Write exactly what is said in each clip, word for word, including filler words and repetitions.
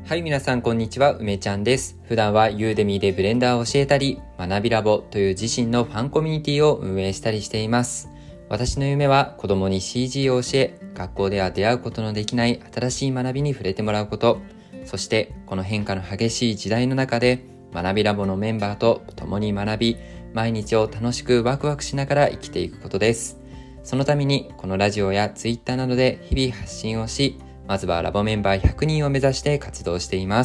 はい、皆さんこんにちは、梅ちゃんです。普段はユーデミーでブレンダーを教えたり、学びラボという自身のファンコミュニティを運営したりしています。私の夢は子供に シージー を教え、学校では出会うことのできない新しい学びに触れてもらうこと、そしてこの変化の激しい時代の中で学びラボのメンバーと共に学び、毎日を楽しくワクワクしながら生きていくことです。そのためにこのラジオやツイッターなどで日々発信をし、まずはラボメンバーひゃくにんを目指して活動しています。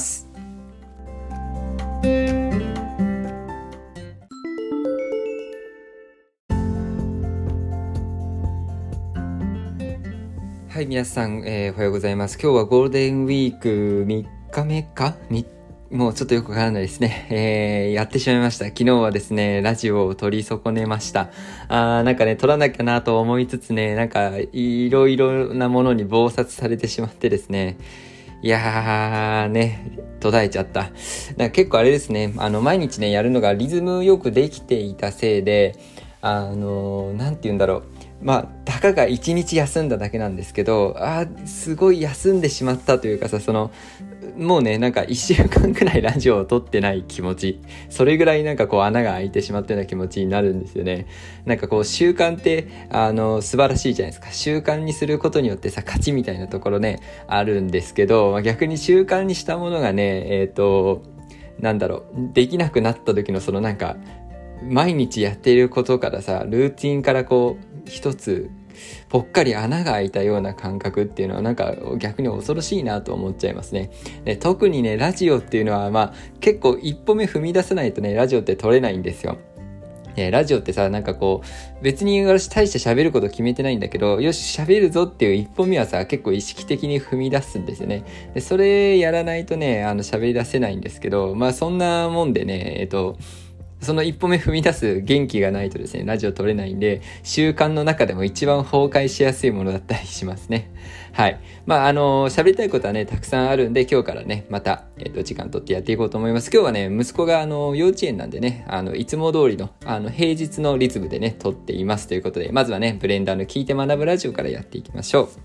はい、皆さん、えー、おはようございます。今日はゴールデンウィークみっかめかもうちょっとよくわからないですね、えー、やってしまいました。昨日はですね、ラジオを撮り損ねました。あーなんかね、撮らなきゃなと思いつつね、なんかいろいろなものに忙殺されてしまってですね、いやーね、途絶えちゃった。なんか結構あれですね、あの毎日ねやるのがリズムよくできていたせいで、あのなんて言うんだろう、まあたかが一日休んだだけなんですけど、あーすごい休んでしまったというかさ、そのもうね、なんか一週間くらいラジオを撮ってない気持ち、それぐらいなんかこう穴が開いてしまったような気持ちになるんですよね。なんかこう習慣ってあの素晴らしいじゃないですか。習慣にすることによってさ、勝ちみたいなところねあるんですけど、逆に習慣にしたものがね、えっとなんだろう、できなくなった時のそのなんか毎日やっていることからさ、ルーティンからこう一つぽっかり穴が開いたような感覚っていうのはなんか逆に恐ろしいなと思っちゃいますね。で、特にねラジオっていうのはまあ結構一歩目踏み出さないとねラジオって撮れないんですよ。えラジオってさ、なんかこう別に私大して喋ること決めてないんだけど、よし喋るぞっていう一歩目はさ結構意識的に踏み出すんですよね。でそれやらないとねあの喋り出せないんですけど、まあそんなもんでね、えっとその一歩目踏み出す元気がないとですねラジオ撮れないんで、習慣の中でも一番崩壊しやすいものだったりしますね。はい。まああの喋りたいことはねたくさんあるんで、今日からねまた、えっと、時間取ってやっていこうと思います。今日はね息子があの幼稚園なんでね、あのいつも通りのあの平日のリズムでね撮っていますということで、まずはねブレンダーの聞いて学ぶラジオからやっていきましょう。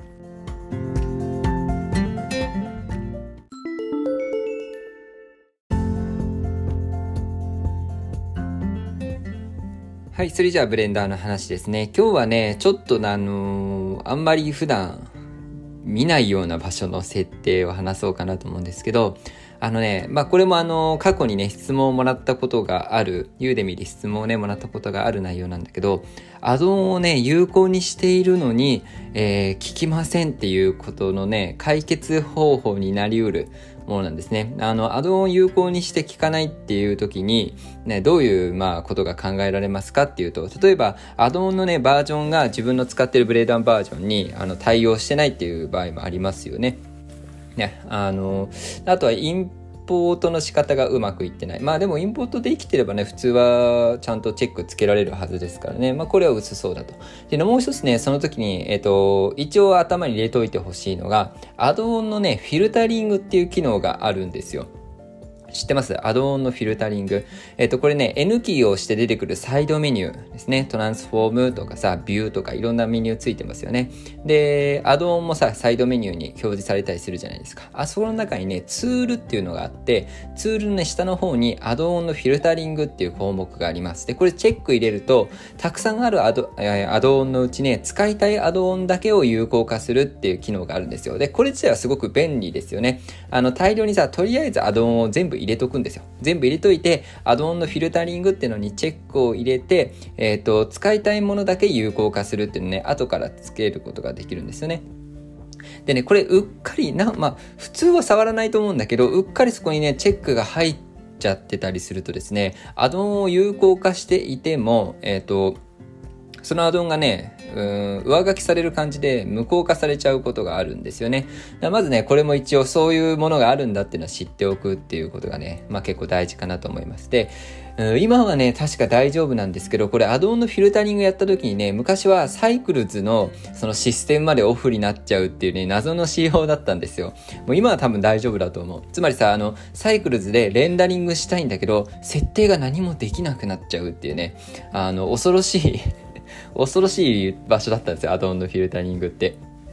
はい、それじゃあブレンダーの話ですね。今日はね、ちょっとあのー、あんまり普段見ないような場所の設定を話そうかなと思うんですけど、あのね、まあこれもあの過去にね質問をもらったことがある、ユーデミで質問をねもらったことがある内容なんだけど、アドオンをね有効にしているのに、えー、聞きませんっていうことのね解決方法になりうるものなんですね。あのアドオンを有効にして聞かないっていう時に、ね、どういうまあことが考えられますかっていうと、例えばアドオンのねバージョンが自分の使ってるブレーダーバージョンにあの対応してないっていう場合もありますよね。ね、あのあとはインポートの仕方がうまくいってない。まあでもインポートできてればね普通はちゃんとチェックつけられるはずですからね。まあこれは薄そうだと。でもう一つね、その時にえっと一応頭に入れといてほしいのが、アドオンのねフィルタリングっていう機能があるんですよ。知ってます？アドオンのフィルタリング。えっと、これね、N キーを押して出てくるサイドメニューですね。トランスフォームとかさ、ビューとかいろんなメニューついてますよね。で、アドオンもさ、サイドメニューに表示されたりするじゃないですか。あそこの中にね、ツールっていうのがあって、ツールのね、下の方にアドオンのフィルタリングっていう項目があります。で、これチェック入れると、たくさんあるアド、アドオンのうちね、使いたいアドオンだけを有効化するっていう機能があるんですよ。で、これ自体はすごく便利ですよね。あの、大量にさ、とりあえずアドオンを全部入れとくんですよ。全部入れといて、アドオンのフィルタリングっていうのにチェックを入れて、えっと、使いたいものだけ有効化するっていうのね、後からつけることができるんですよね。でね、これうっかりな、まあ、普通は触らないと思うんだけど、うっかりそこにね、チェックが入っちゃってたりするとですね、アドオンを有効化していても、えっと、そのアドオンがね、うーん上書きされる感じで無効化されちゃうことがあるんですよね。まずね、これも一応そういうものがあるんだっていうのは知っておくっていうことがね、まあ結構大事かなと思います。で、今はね確か大丈夫なんですけど、これアドオンのフィルタリングやった時にね、昔はサイクルズのそのシステムまでオフになっちゃうっていうね謎の仕様だったんですよ。もう今は多分大丈夫だと思う。つまりさ、あのサイクルズでレンダリングしたいんだけど設定が何もできなくなっちゃうっていうね、あの恐ろしい恐ろしい場所だったんですよ、アドオンのフィルタリングって。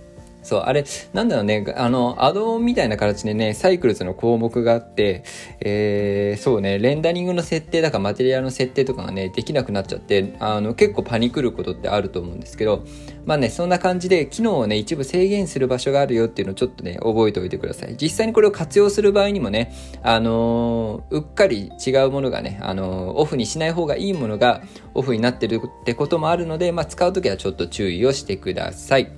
そう、あれ、なんだろうね、あの、アドオンみたいな形でね、サイクルズの項目があって、えー、そうね、レンダリングの設定だかマテリアルの設定とかがね、できなくなっちゃって、あの、結構パニクることってあると思うんですけど、まあね、そんな感じで、機能をね、一部制限する場所があるよっていうのをちょっとね、覚えておいてください。実際にこれを活用する場合にもね、あのー、うっかり違うものがね、あのー、オフにしない方がいいものがオフになってるってこともあるので、まあ、使うときはちょっと注意をしてください。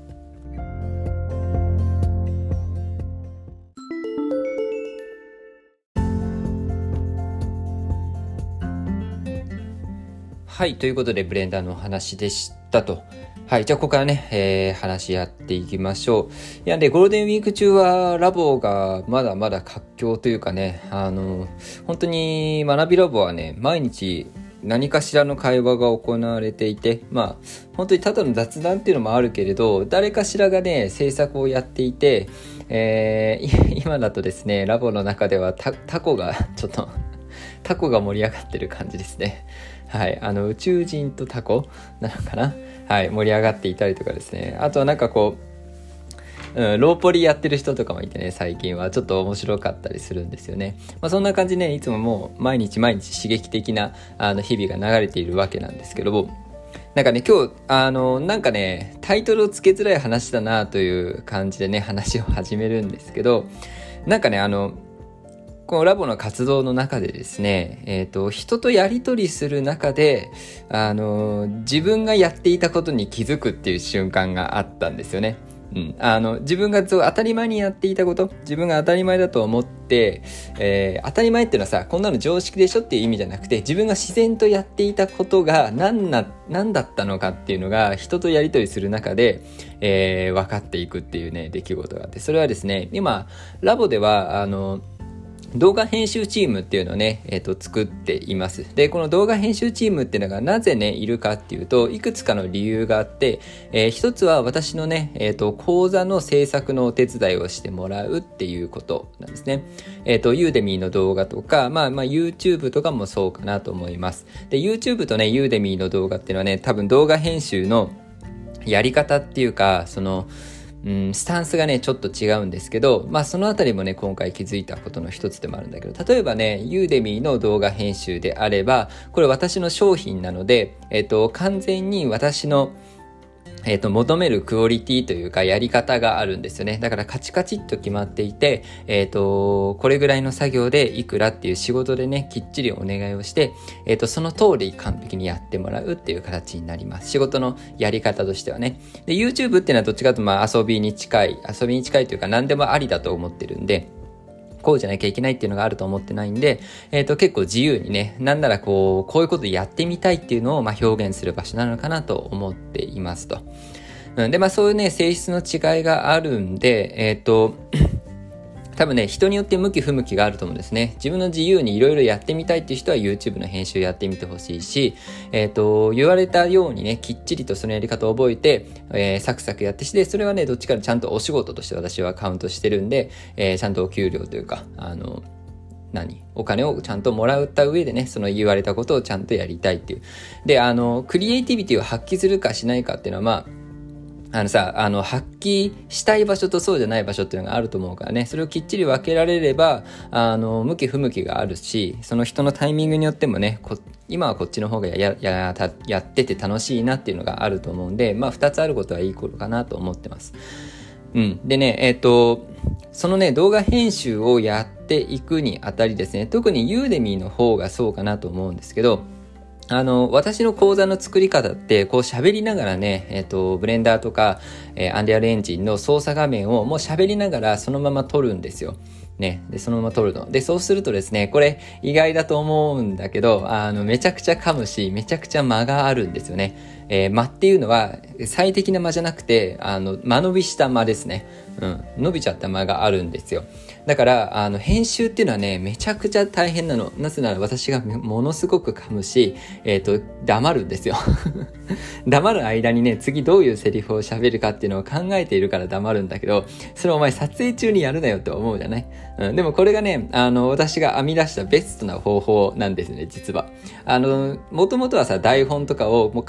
はい、ということでブレンダーのお話でしたと。はい、じゃあここからね、えー、話やっていきましょう。いやで、ゴールデンウィーク中はラボがまだまだ活況というかね、あの、本当に学びラボはね、毎日何かしらの会話が行われていて、まあ、本当にただの雑談っていうのもあるけれど、誰かしらがね、制作をやっていて、えー、今だとですね、ラボの中ではタ、タコがちょっと、タコが盛り上がってる感じですね。はい、あの宇宙人とタコなのかな、はい、盛り上がっていたりとかですね。あとはなんかこう、うん、ローポリやってる人とかもいてね、最近はちょっと面白かったりするんですよね。まあ、そんな感じで、ね、いつももう毎日毎日刺激的なあの日々が流れているわけなんですけども、なんかね、今日あのなんかねタイトルをつけづらい話だなという感じでね話を始めるんですけど、なんかねあのこのラボの活動の中でですね、えっと、人とやり取りする中で、あの、自分がやっていたことに気づくっていう瞬間があったんですよね。うん。あの、自分がそう当たり前にやっていたこと、自分が当たり前だと思って、えー、当たり前っていうのはさ、こんなの常識でしょっていう意味じゃなくて、自分が自然とやっていたことが何な、何だったのかっていうのが、人とやり取りする中で、えー、分かっていくっていうね、出来事があって、それはですね、今、ラボでは、あの、動画編集チームっていうのをね、えっと、作っています。で、この動画編集チームっていうのがなぜね、いるかっていうと、いくつかの理由があって、えー、一つは私のね、えっと、講座の制作のお手伝いをしてもらうっていうことなんですね。えっと、ユーデミーの動画とか、まあまあ YouTube とかもそうかなと思います。で、YouTube とね、ユーデミーの動画っていうのはね、多分動画編集のやり方っていうか、その、うん、スタンスがねちょっと違うんですけど、まあそのあたりもね今回気づいたことの一つでもあるんだけど、例えばねユーデミーの動画編集であれば、これ私の商品なので、えっと完全に私のえっと、求めるクオリティというかやり方があるんですよね。だからカチカチっと決まっていて、えっと、これぐらいの作業でいくらっていう仕事でね、きっちりお願いをして、えっと、その通り完璧にやってもらうっていう形になります。仕事のやり方としてはね。で、YouTube っていうのはどっちかというとまあ遊びに近い、遊びに近いというか何でもありだと思ってるんで、こうじゃなきゃいけないっていうのがあると思ってないんで、えっと、結構自由にね、なんならこう、こういうことやってみたいっていうのをまあ表現する場所なのかなと思っていますと。うん、で、まあそういうね、性質の違いがあるんで、えっと、多分ね、人によって向き不向きがあると思うんですね。自分の自由にいろいろやってみたいっていう人は YouTube の編集やってみてほしいし、えっと、言われたようにね、きっちりとそのやり方を覚えて、えー、サクサクやってして、それはね、どっちかでちゃんとお仕事として私はカウントしてるんで、えー、ちゃんとお給料というか、あの、何お金をちゃんともらった上でね、その言われたことをちゃんとやりたいっていう。で、あの、クリエイティビティを発揮するかしないかっていうのは、まあ、あのさ、あの、発揮したい場所とそうじゃない場所っていうのがあると思うからね、それをきっちり分けられれば、あの、向き不向きがあるし、その人のタイミングによってもね、こ今はこっちの方がや、や、や、やってて楽しいなっていうのがあると思うんで、まあ、二つあることはいいことかなと思ってます。うん。でね、えっと、そのね、動画編集をやっていくにあたりですね、特にユーデミーの方がそうかなと思うんですけど、あの、私の講座の作り方って、こう喋りながらね、えっと、ブレンダーとか、えー、アンリアルエンジンの操作画面をもう喋りながらそのまま撮るんですよ。ね。で、そのまま撮るの。で、そうするとですね、これ意外だと思うんだけど、あの、めちゃくちゃ噛むし、めちゃくちゃ間があるんですよね。えー、間っていうのは、最適な間じゃなくて、あの、間延びした間ですね。うん。伸びちゃった間があるんですよ。だから、あの、編集っていうのはね、めちゃくちゃ大変なの。なぜなら私がものすごく噛むし、えっと、黙るんですよ。黙る間にね、次どういうセリフを喋るかっていうのを考えているから黙るんだけど、それお前撮影中にやるなよって思うじゃない？うん、でもこれがね、あの、私が編み出したベストな方法なんですね、実は。あの、もともとはさ、台本とかをもう完璧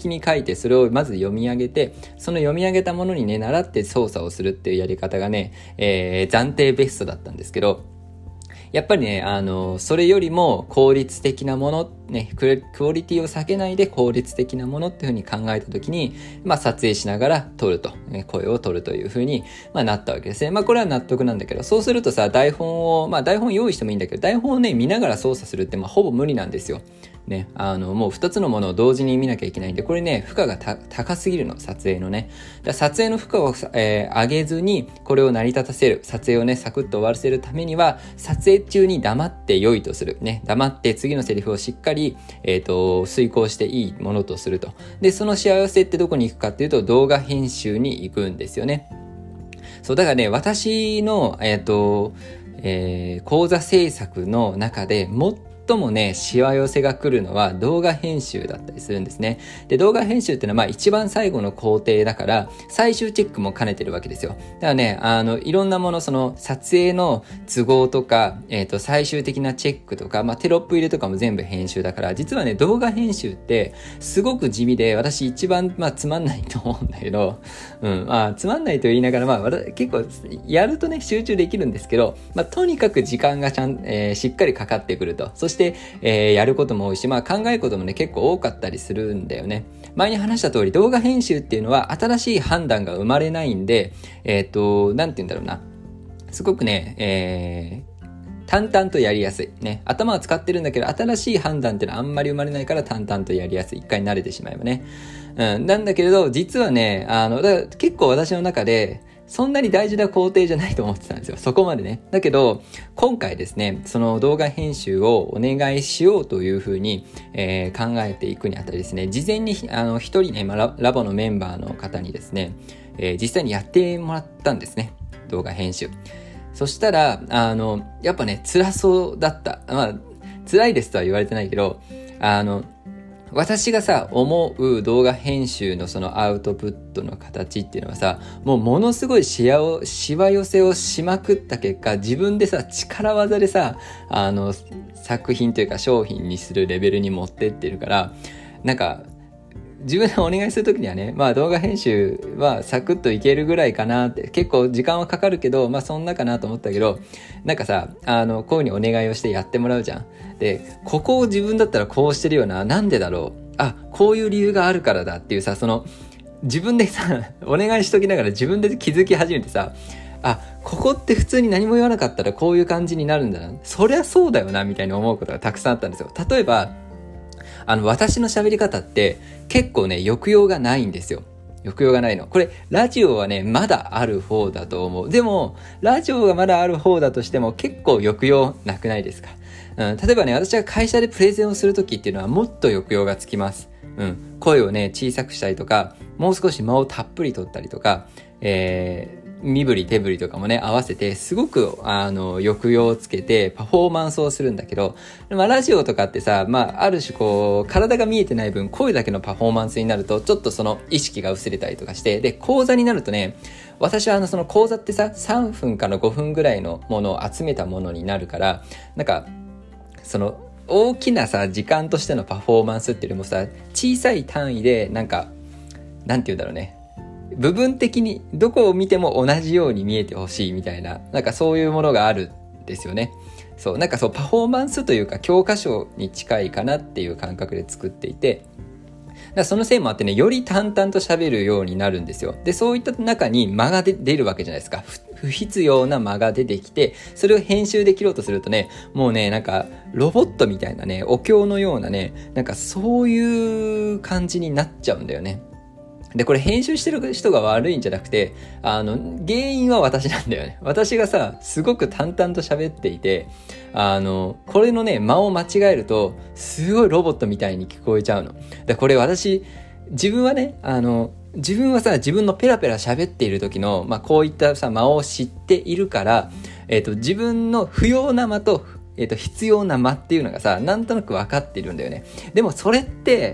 きに書いて、それをまず読み上げて、その読み上げたものにね、習って操作をするっていうやり方がね、えー、暫定ベストだったんですけど、やっぱりね、あの、それよりも効率的なもの、ね、クオリティを避けないで効率的なものっていうふうに考えたときに、まあ撮影しながら撮ると、ね、声を撮るというふうに、まあ、なったわけですね。まあこれは納得なんだけど、そうするとさ、台本を、まあ台本用意してもいいんだけど、台本をね、見ながら操作するってまあほぼ無理なんですよ。ね、あの、もう二つのものを同時に見なきゃいけないんで、これね、負荷が高すぎるの、撮影のね。だ撮影の負荷を、えー、上げずに、これを成り立たせる、撮影をね、サクッと終わらせるためには、撮影中に黙って良いとする。ね、黙って次のセリフをしっかり、えっと、遂行していいものとすると。で、その幸せってどこに行くかっていうと、動画編集に行くんですよね。そう、だからね、私の、えっと、えー、講座制作の中でも最もね、しわ寄せが来るのは動画編集だったりするんですね。で、動画編集っていうのはまあ一番最後の工程だから、最終チェックも兼ねてるわけですよ。だからね、あの、いろんなもの、その撮影の都合とか、えっと、最終的なチェックとか、まあテロップ入れとかも全部編集だから、実はね、動画編集ってすごく地味で、私一番まあつまんないと思うんだけど、うん、まあつまんないと言いながら、まあ結構やるとね、集中できるんですけど、まあとにかく時間がちゃん、えー、しっかりかかってくると。そして、えー、やることも多いし、まあ考えることもね、結構多かったりするんだよね。前に話した通り、動画編集っていうのは新しい判断が生まれないんで、えっと、なんて言うんだろうな。すごくね、えー、淡々とやりやすい。ね。頭は使ってるんだけど、新しい判断っていうのはあんまり生まれないから淡々とやりやすい。一回慣れてしまえばね。うん。なんだけれど、実はね、あの、だから結構私の中で、そんなに大事な工程じゃないと思ってたんですよ。そこまでね。だけど、今回ですね、その動画編集をお願いしようというふうに、えー、考えていくにあたりですね、事前にあの一人ね、まあラ、ラボのメンバーの方にですね、えー、実際にやってもらったんですね。動画編集。そしたら、あの、やっぱね、辛そうだった。まあ、辛いですとは言われてないけど、あの、私がさ、思う動画編集のそのアウトプットの形っていうのはさ、もうものすごいしわを、しわ寄せをしまくった結果、自分でさ、力技でさ、あの、作品というか商品にするレベルに持ってってるから、なんか、自分でお願いするときにはね、まあ動画編集はサクッといけるぐらいかなって、結構時間はかかるけど、まあそんなかなと思ったけど、なんかさ、あの、こういうふうにお願いをしてやってもらうじゃん。で、ここを自分だったらこうしてるよな、なんでだろう。あ、こういう理由があるからだっていうさ、その、自分でさ、お願いしときながら自分で気づき始めてさ、あ、ここって普通に何も言わなかったらこういう感じになるんだな。そりゃそうだよな、みたいに思うことがたくさんあったんですよ。例えば、あの、私の喋り方って結構ね、抑揚がないんですよ。抑揚がないの。これ、ラジオはね、まだある方だと思う。でも、ラジオがまだある方だとしても結構抑揚なくないですか？うん、例えばね、私が会社でプレゼンをするときっていうのはもっと抑揚がつきます。うん。声をね、小さくしたりとか、もう少し間をたっぷり取ったりとか、えー、身振り手振りとかもね、合わせて、すごく、あの、抑揚をつけて、パフォーマンスをするんだけど、まあ、ラジオとかってさ、まあ、ある種こう、体が見えてない分、声だけのパフォーマンスになると、ちょっとその意識が薄れたりとかして、で、講座になるとね、私はあの、その講座ってさ、さんぷんからごふんぐらいのものを集めたものになるから、なんか、その、大きなさ、時間としてのパフォーマンスっていうよりもさ、小さい単位で、なんか、なんて言うんだろうね。部分的にどこを見ても同じように見えてほしいみたいな、なんかそういうものがあるんですよね。そう、なんかそうパフォーマンスというか教科書に近いかなっていう感覚で作っていて、だからそのせいもあってね、より淡々と喋るようになるんですよ。で、そういった中に間が出るわけじゃないですか。不必要な間が出てきて、それを編集できろうとするとね、もうね、なんかロボットみたいなね、お経のようなね、なんかそういう感じになっちゃうんだよね。で、これ編集してる人が悪いんじゃなくて、あの、原因は私なんだよね。私がさ、すごく淡々と喋っていて、あの、これのね、間を間違えると、すごいロボットみたいに聞こえちゃうの。で、これ私、自分はね、あの、自分はさ、自分のペラペラ喋っている時の、まあ、こういったさ、間を知っているから、えっと、自分の不要な間と、えっと、必要な間っていうのがさ、なんとなく分かっているんだよね。でもそれって、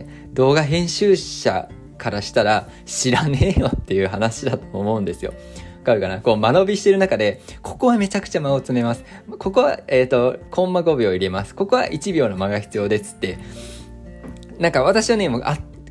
動画編集者、からしたら知らねえよっていう話だと思うんですよ。わかるかな？こう間延びしてる中で、ここはめちゃくちゃ間を詰めます。ここは、えっと、コンマごびょう入れます。ここはいちびょうの間が必要ですって。なんか私はね、もうあ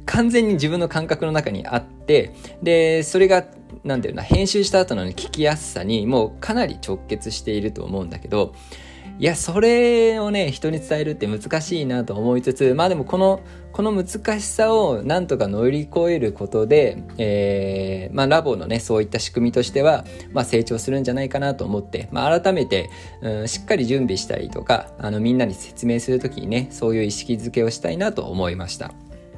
完全に自分の感覚の中にあって、でそれがなんだよな、編集した後の聞きやすさにもうかなり直結していると思うんだけど、いやそれをね人に伝えるって難しいなと思いつつ、まあでもこのこの難しさをなんとか乗り越えることで、えーまあ、ラボのねそういった仕組みとしては、まあ、成長するんじゃないかなと思って、まあ、改めて、うん、しっかり準備したりとか、あのみんなに説明するときにねそういう意識づけをしたいなと思いました。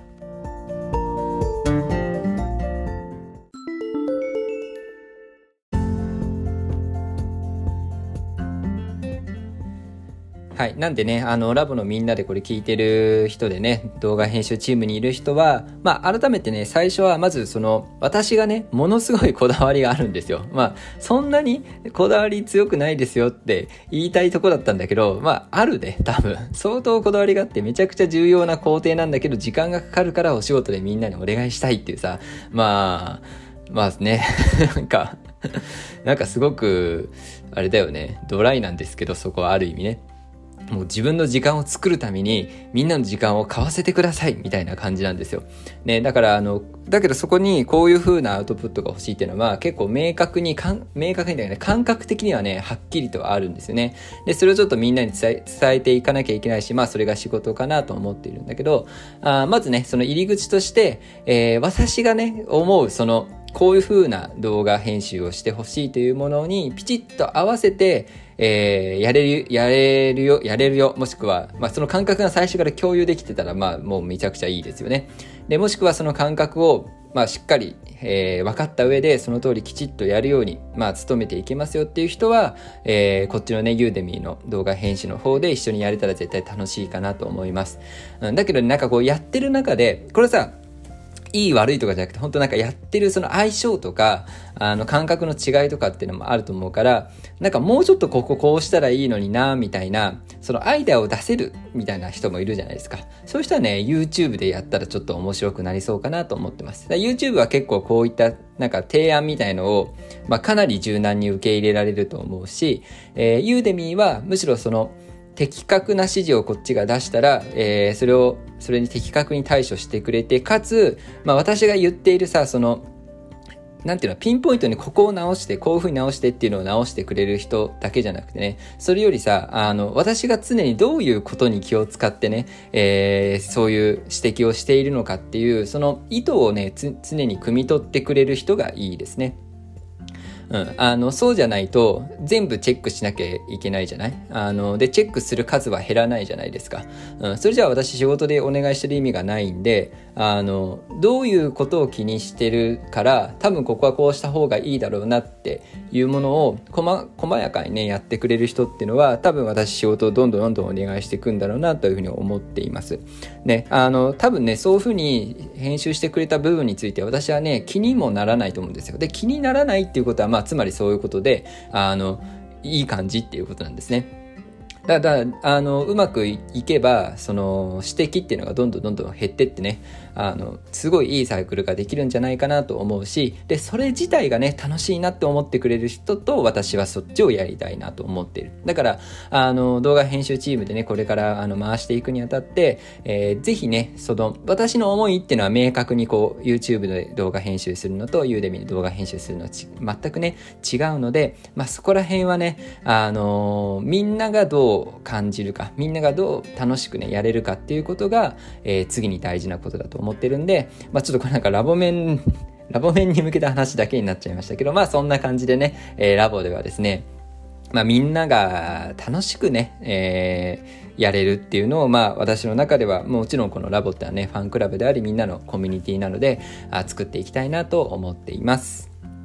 はい。なんでね、あの、ラボのみんなでこれ聞いてる人でね、動画編集チームにいる人は、まあ、改めてね、最初はまずその、私がね、ものすごいこだわりがあるんですよ。まあ、そんなにこだわり強くないですよって言いたいとこだったんだけど、まあ、あるね、多分。相当こだわりがあって、めちゃくちゃ重要な工程なんだけど、時間がかかるからお仕事でみんなにお願いしたいっていうさ、まあ、まあね、なんか、なんかすごく、あれだよね、ドライなんですけど、そこはある意味ね。もう自分の時間を作るためにみんなの時間を買わせてくださいみたいな感じなんですよ。ね、だからあの、だけどそこにこういう風なアウトプットが欲しいっていうのは結構明確に、かん明確にだよね、感覚的にはね、はっきりとあるんですよね。で、それをちょっとみんなに伝え、伝えていかなきゃいけないし、まあそれが仕事かなと思っているんだけど、あまずね、その入り口として、えー、私がね、思うその、こういう風な動画編集をしてほしいというものにピチッと合わせて、えー、やれる、やれるよ、やれるよ、もしくは、まあ、その感覚が最初から共有できてたら、まあ、もうめちゃくちゃいいですよね。で、もしくはその感覚を、まあ、しっかり、えー、分かった上で、その通りきちっとやるように、まあ、努めていけますよっていう人は、えー、こっちのね、ユーデミーの動画編集の方で一緒にやれたら絶対楽しいかなと思います。うん、だけど、なんかこう、やってる中で、これさ、いい悪いとかじゃなくて、本当なんかやってるその相性とか、あの感覚の違いとかっていうのもあると思うから、なんかもうちょっとこここうしたらいいのにな、みたいな、そのアイデアを出せるみたいな人もいるじゃないですか。そういう人はね、YouTube でやったらちょっと面白くなりそうかなと思ってます。YouTube は結構こういったなんか提案みたいのを、まあかなり柔軟に受け入れられると思うし、えー、Udemy はむしろその、的確な指示をこっちが出したら、えー、それを、それに的確に対処してくれて、かつ、まあ私が言っているさ、その、なんていうの、ピンポイントにここを直して、こういう風に直してっていうのを直してくれる人だけじゃなくてね、それよりさ、あの、私が常にどういうことに気を使ってね、えー、そういう指摘をしているのかっていう、その意図をね、つ常に汲み取ってくれる人がいいですね。うん、あのそうじゃないと全部チェックしなきゃいけないじゃない。あのでチェックする数は減らないじゃないですか、うん、それじゃあ私仕事でお願いしてる意味がないんで、あのどういうことを気にしてるから多分ここはこうした方がいいだろうなっていうものを細細やかにねやってくれる人っていうのは多分私仕事をどんどんどんどんお願いしていくんだろうなというふうに思っていますね。あの多分ねそういうふうに編集してくれた部分について私はね気にもならないと思うんですよ。で気にならないっていうことはまあつまりそういうことで、あのいい感じっていうことなんですね。だからあのうまくいけばその指摘っていうのがどんどんどんどん減ってってね、あのすごいいいサイクルができるんじゃないかなと思うし、でそれ自体がね楽しいなって思ってくれる人と私はそっちをやりたいなと思っている。だからあの動画編集チームでねこれからあの回していくにあたって、えー、ぜひねその私の思いっていうのは明確にこう YouTube で動画編集するのと Udemy で動画編集するのは全くね違うので、まあ、そこら辺はねあのみんながどう感じるか、みんながどう楽しくねやれるかっていうことが、えー、次に大事なことだと思ってるんで、まあ、ちょっとこれなんかラボ面ラボ面に向けた話だけになっちゃいましたけど、まあそんな感じでね、えー、ラボではですね、まあみんなが楽しくね、えー、やれるっていうのをまあ私の中ではもちろんこのラボってはねファンクラブでありみんなのコミュニティなのであ作っていきたいなと思っています。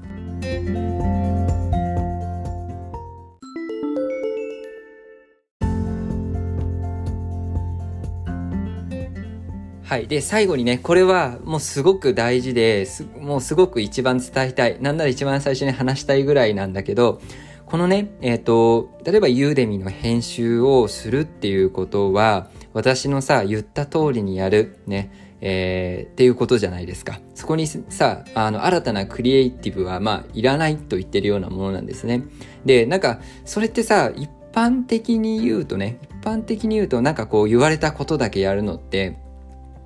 はい。で、最後にね、これはもうすごく大事で、すもうすごく一番伝えたい。なんなら一番最初に話したいぐらいなんだけど、このね、えっと、例えばユーデミの編集をするっていうことは、私のさ、言った通りにやる、ね、えー、っていうことじゃないですか。そこにさ、あの、新たなクリエイティブは、まあ、いらないと言ってるようなものなんですね。で、なんか、それってさ、一般的に言うとね、一般的に言うと、なんかこう、言われたことだけやるのって、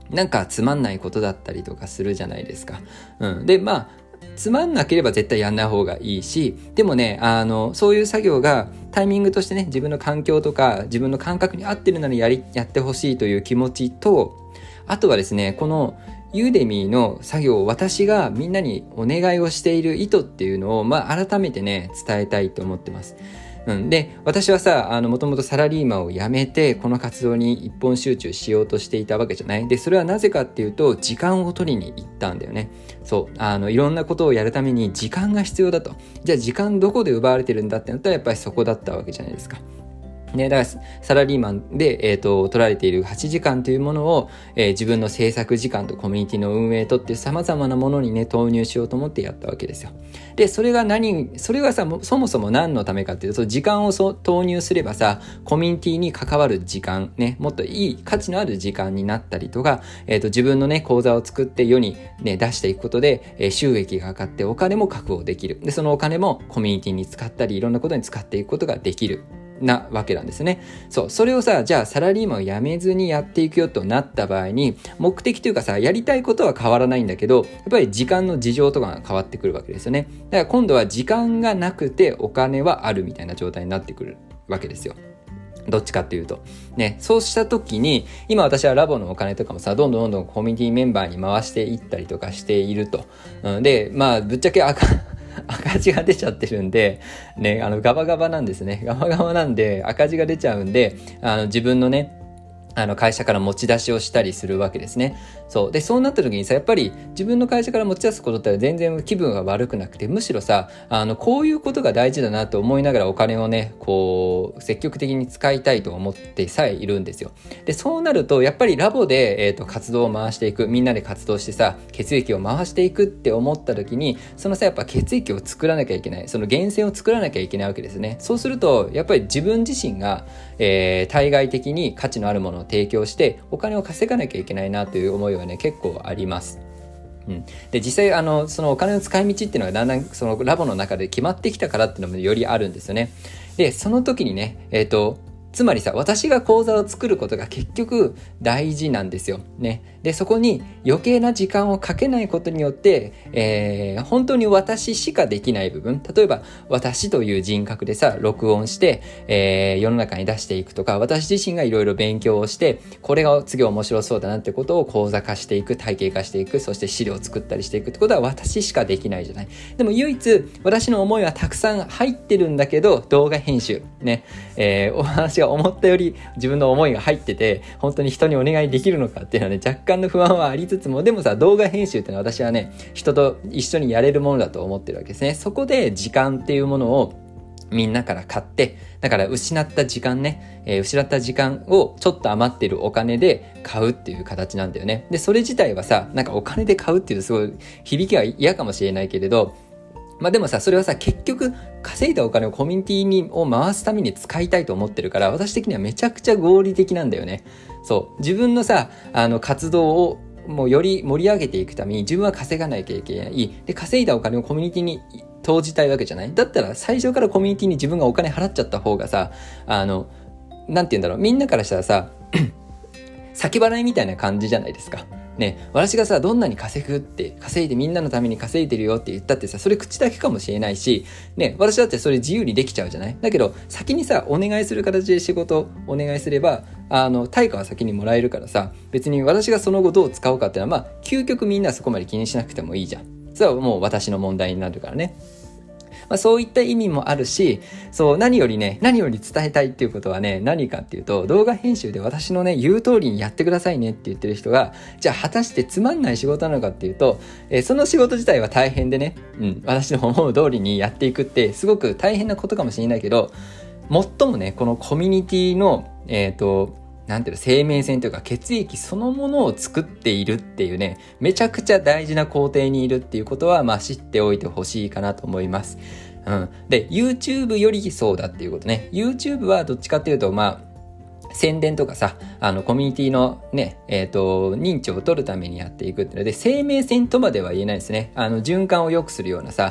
なんかつまんないことだったりとかするじゃないですか。うん。で、まあ、つまんなければ絶対やんない方がいいし、でもね、あの、そういう作業がタイミングとしてね、自分の環境とか自分の感覚に合ってるならやり、やってほしいという気持ちと、あとはですね、このユーデミーの作業を私がみんなにお願いをしている意図っていうのを、まあ、改めてね、伝えたいと思ってます。うん、で、私はさ、あの、もともとサラリーマンを辞めて、この活動に一本集中しようとしていたわけじゃない。で、それはなぜかっていうと、時間を取りに行ったんだよね。そう。あの、いろんなことをやるために時間が必要だと。じゃあ時間どこで奪われてるんだってなったら、やっぱりそこだったわけじゃないですか。ね、だからサラリーマンで、えーと、取られているはちじかんというものを、えー、自分の制作時間とコミュニティの運営とって様々なものにね、投入しようと思ってやったわけですよ。で、それが何、それがさ、そもそも何のためかっていうと、時間をそ投入すればさ、コミュニティに関わる時間、ね、もっといい価値のある時間になったりとか、えーと、自分のね、講座を作って世にね、出していくことで、えー、収益が上がってお金も確保できる。で、そのお金もコミュニティに使ったり、いろんなことに使っていくことができる。なわけなんですね。そう。それをさ、じゃあサラリーマンを辞めずにやっていくよとなった場合に、目的というかさ、やりたいことは変わらないんだけど、やっぱり時間の事情とかが変わってくるわけですよね。だから今度は時間がなくてお金はあるみたいな状態になってくるわけですよ。どっちかっていうと。ね、そうした時に、今私はラボのお金とかもさ、どんどんどんどんコミュニティメンバーに回していったりとかしていると。うん、で、まあ、ぶっちゃけ赤、赤字が出ちゃってるんで、ね、あの、ガバガバなんですね。ガバガバなんで、赤字が出ちゃうんで、あの、自分のね、あの会社から持ち出しをしたりするわけですね。そう。で、そうなった時にさ、やっぱり自分の会社から持ち出すことって全然気分が悪くなくて、むしろさ、あの、こういうことが大事だなと思いながらお金をね、こう、積極的に使いたいと思ってさえいるんですよ。で、そうなると、やっぱりラボで、えっと、活動を回していく、みんなで活動してさ、血液を回していくって思った時に、そのさ、やっぱ血液を作らなきゃいけない、その源泉を作らなきゃいけないわけですね。そうすると、やっぱり自分自身が、えー、対外的に価値のあるものを提供してお金を稼がなきゃいけないなという思いはね結構あります。うん、で実際あのそのお金の使い道っていうのがだんだんそのラボの中で決まってきたからっていうのもよりあるんですよね。でその時にねえっとつまりさ、私が講座を作ることが結局大事なんですよ。ね。で、そこに余計な時間をかけないことによって、えー、本当に私しかできない部分、例えば私という人格でさ、録音して、えー、世の中に出していくとか、私自身がいろいろ勉強をして、これが次面白そうだなってことを講座化していく、体系化していく、そして資料を作ったりしていくってことは私しかできないじゃない。でも唯一私の思いはたくさん入ってるんだけど、動画編集、ね、えー、お話が思ったより自分の思いが入ってて本当に人にお願いできるのかっていうのはね若干の不安はありつつも、でもさ動画編集っていうのは私はね人と一緒にやれるものだと思ってるわけですね。そこで時間っていうものをみんなから買って、だから失った時間ね、えー、失った時間をちょっと余ってるお金で買うっていう形なんだよね。でそれ自体はさなんかお金で買うっていうすごい響きは嫌かもしれないけれど、まあでもさ、それはさ、結局、稼いだお金をコミュニティにを回すために使いたいと思ってるから、私的にはめちゃくちゃ合理的なんだよね。そう。自分のさ、あの、活動を、もうより盛り上げていくために、自分は稼がなきゃいけない。で、稼いだお金をコミュニティに投じたいわけじゃない。だったら、最初からコミュニティに自分がお金払っちゃった方がさ、あの、なんて言うんだろう、みんなからしたらさ、先払いみたいな感じじゃないですか。ね、私がさ、どんなに稼ぐって、稼いでみんなのために稼いでるよって言ったってさ、それ口だけかもしれないし、ね、私だってそれ自由にできちゃうじゃない。だけど、先にさ、お願いする形で仕事をお願いすれば、あの、対価は先にもらえるからさ、別に私がその後どう使おうかっていうのは、まあ、究極みんなそこまで気にしなくてもいいじゃん。それはもう私の問題になるからね。まあ、そういった意味もあるし、そう、何よりね、何より伝えたいっていうことはね、何かっていうと、動画編集で私のね、言う通りにやってくださいねって言ってる人が、じゃあ果たしてつまんない仕事なのかっていうと、えー、その仕事自体は大変でね、うん、私の思う通りにやっていくって、すごく大変なことかもしれないけど、最もね、このコミュニティの、えっと、なんていうの、生命線というか血液そのものを作っているっていうね、めちゃくちゃ大事な工程にいるっていうことは、まあ知っておいてほしいかなと思います。うん。で、YouTube よりそうだっていうことね。YouTube はどっちかっていうと、まあ、宣伝とかさ、あの、コミュニティのね、えっと、認知を取るためにやっていくっていうので、生命線とまでは言えないですね。あの、循環を良くするようなさ、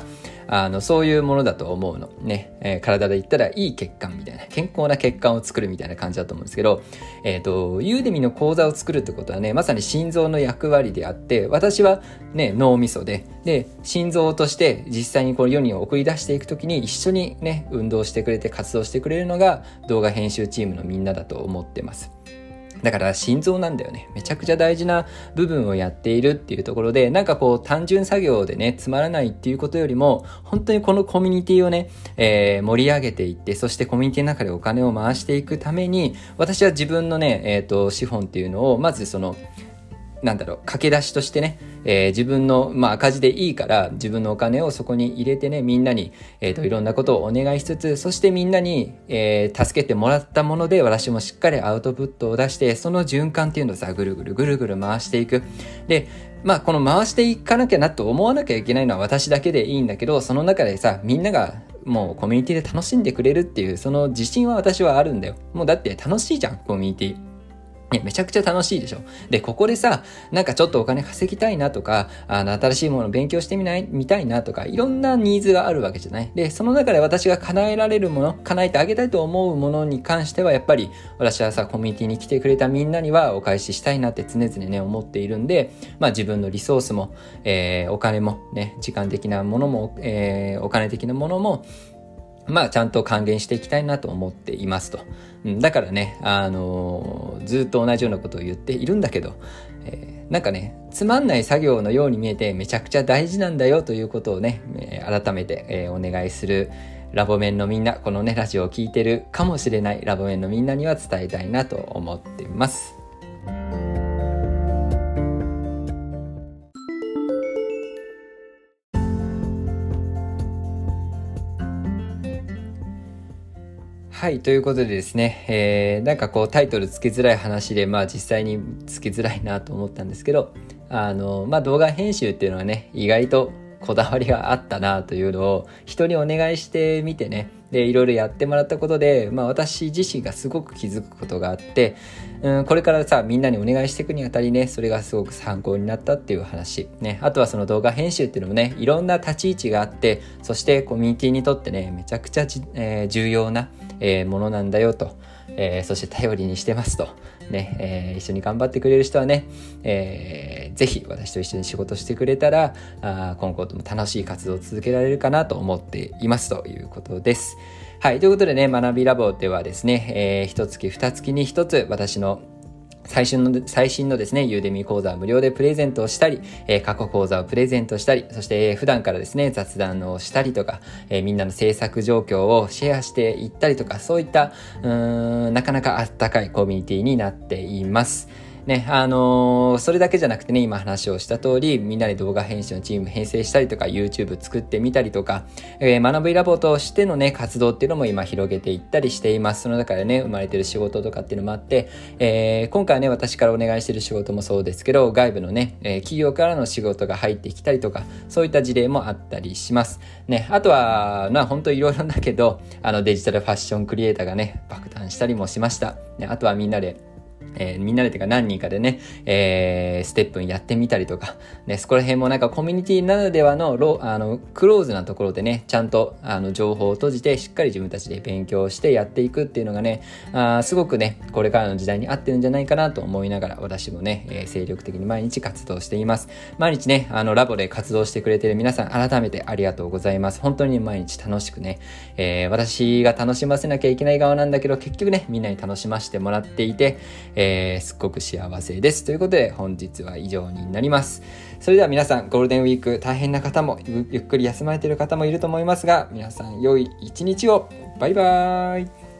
あのそういうものだと思うのね、えー、体で言ったらいい血管みたいな、健康な血管を作るみたいな感じだと思うんですけど、えっとユーデミの講座を作るってことはね、まさに心臓の役割であって、私はね脳みそでで心臓として実際にこの世に送り出していくときに一緒にね運動してくれて活動してくれるのが動画編集チームのみんなだと思ってます。だから心臓なんだよね。めちゃくちゃ大事な部分をやっているっていうところで、なんかこう単純作業でねつまらないっていうことよりも、本当にこのコミュニティをね、えー、盛り上げていって、そしてコミュニティの中でお金を回していくために、私は自分のね、えーと、資本っていうのをまずそのなんだろう駆け出しとしてね、えー、自分の、まあ、赤字でいいから自分のお金をそこに入れてね、みんなに、えーと、いろんなことをお願いしつつ、そしてみんなに、えー、助けてもらったもので私もしっかりアウトプットを出して、その循環っていうのをさぐるぐるぐるぐる回していく。でまあこの回していかなきゃなと思わなきゃいけないのは私だけでいいんだけど、その中でさみんながもうコミュニティで楽しんでくれるっていうその自信は私はあるんだよ。もうだって楽しいじゃんコミュニティね、めちゃくちゃ楽しいでしょ。で、ここでさ、なんかちょっとお金稼ぎたいなとか、あの、新しいものを勉強してみない、みたいなとか、いろんなニーズがあるわけじゃない。で、その中で私が叶えられるもの、叶えてあげたいと思うものに関しては、やっぱり、私はさ、コミュニティに来てくれたみんなにはお返ししたいなって常々ね、思っているんで、まあ自分のリソースも、えー、お金もね、時間的なものも、えー、お金的なものも、まあちゃんと還元していきたいなと思っていますと。うん、だからね、あのー、ずっと同じようなことを言っているんだけど、えー、なんかね、つまんない作業のように見えてめちゃくちゃ大事なんだよということをね、えー、改めて、えー、お願いするラボメンのみんな、このね、ラジオを聞いてるかもしれないラボメンのみんなには伝えたいなと思っています。はい、ということでですね、えー、なんかこうタイトルつけづらい話で、まあ実際につけづらいなと思ったんですけど、あの、まあ動画編集っていうのはね、意外とこだわりがあったなというのを人にお願いしてみてね、でいろいろやってもらったことで、まあ私自身がすごく気づくことがあって、うん、これからさみんなにお願いしていくにあたりね、それがすごく参考になったっていう話ね。あとはその動画編集っていうのもね、いろんな立ち位置があって、そしてコミュニティにとってねめちゃくちゃじ、えー、重要な、えー、ものなんだよと、えー、そして頼りにしてますとね、えー、一緒に頑張ってくれる人はね、えー、ぜひ私と一緒に仕事してくれたら、あ今後とも楽しい活動を続けられるかなと思っていますということです。はい、ということでね、学びラボではですね、えー、一月二月に一つ私の最新の、最新のですね、ユーデミ講座を無料でプレゼントをしたり、えー、過去講座をプレゼントしたり、そして、えー、普段からですね、雑談をしたりとか、えー、みんなの制作状況をシェアしていったりとか、そういった、うーん、なかなかあったかいコミュニティになっています。ね、あのー、それだけじゃなくてね、今話をした通り、みんなで動画編集のチーム編成したりとか、YouTube 作ってみたりとか、えー、学びラボとしてのね、活動っていうのも今広げていったりしています。その中でね、生まれてる仕事とかっていうのもあって、えー、今回はね、私からお願いしてる仕事もそうですけど、外部のね、えー、企業からの仕事が入ってきたりとか、そういった事例もあったりします。ね、あとは、まあ本当いろいろだけど、あのデジタルファッションクリエイターがね、爆誕したりもしました。ね、あとはみんなで、えー、みんなでというか何人かでね、えー、ステップンやってみたりとか、ね、そこら辺もなんかコミュニティならではのロあのクローズなところでね、ちゃんとあの情報を閉じてしっかり自分たちで勉強してやっていくっていうのがね、あすごくね、これからの時代に合ってるんじゃないかなと思いながら、私もね、えー、精力的に毎日活動しています。毎日ね、あのラボで活動してくれている皆さん、改めてありがとうございます。本当に毎日楽しくね、えー、私が楽しませなきゃいけない側なんだけど、結局ね、みんなに楽しませてもらっていて、えーえー、すっごく幸せですということで、本日は以上になります。それでは皆さん、ゴールデンウィーク大変な方もゆっくり休まれている方もいると思いますが、皆さん良い一日を。バイバーイ。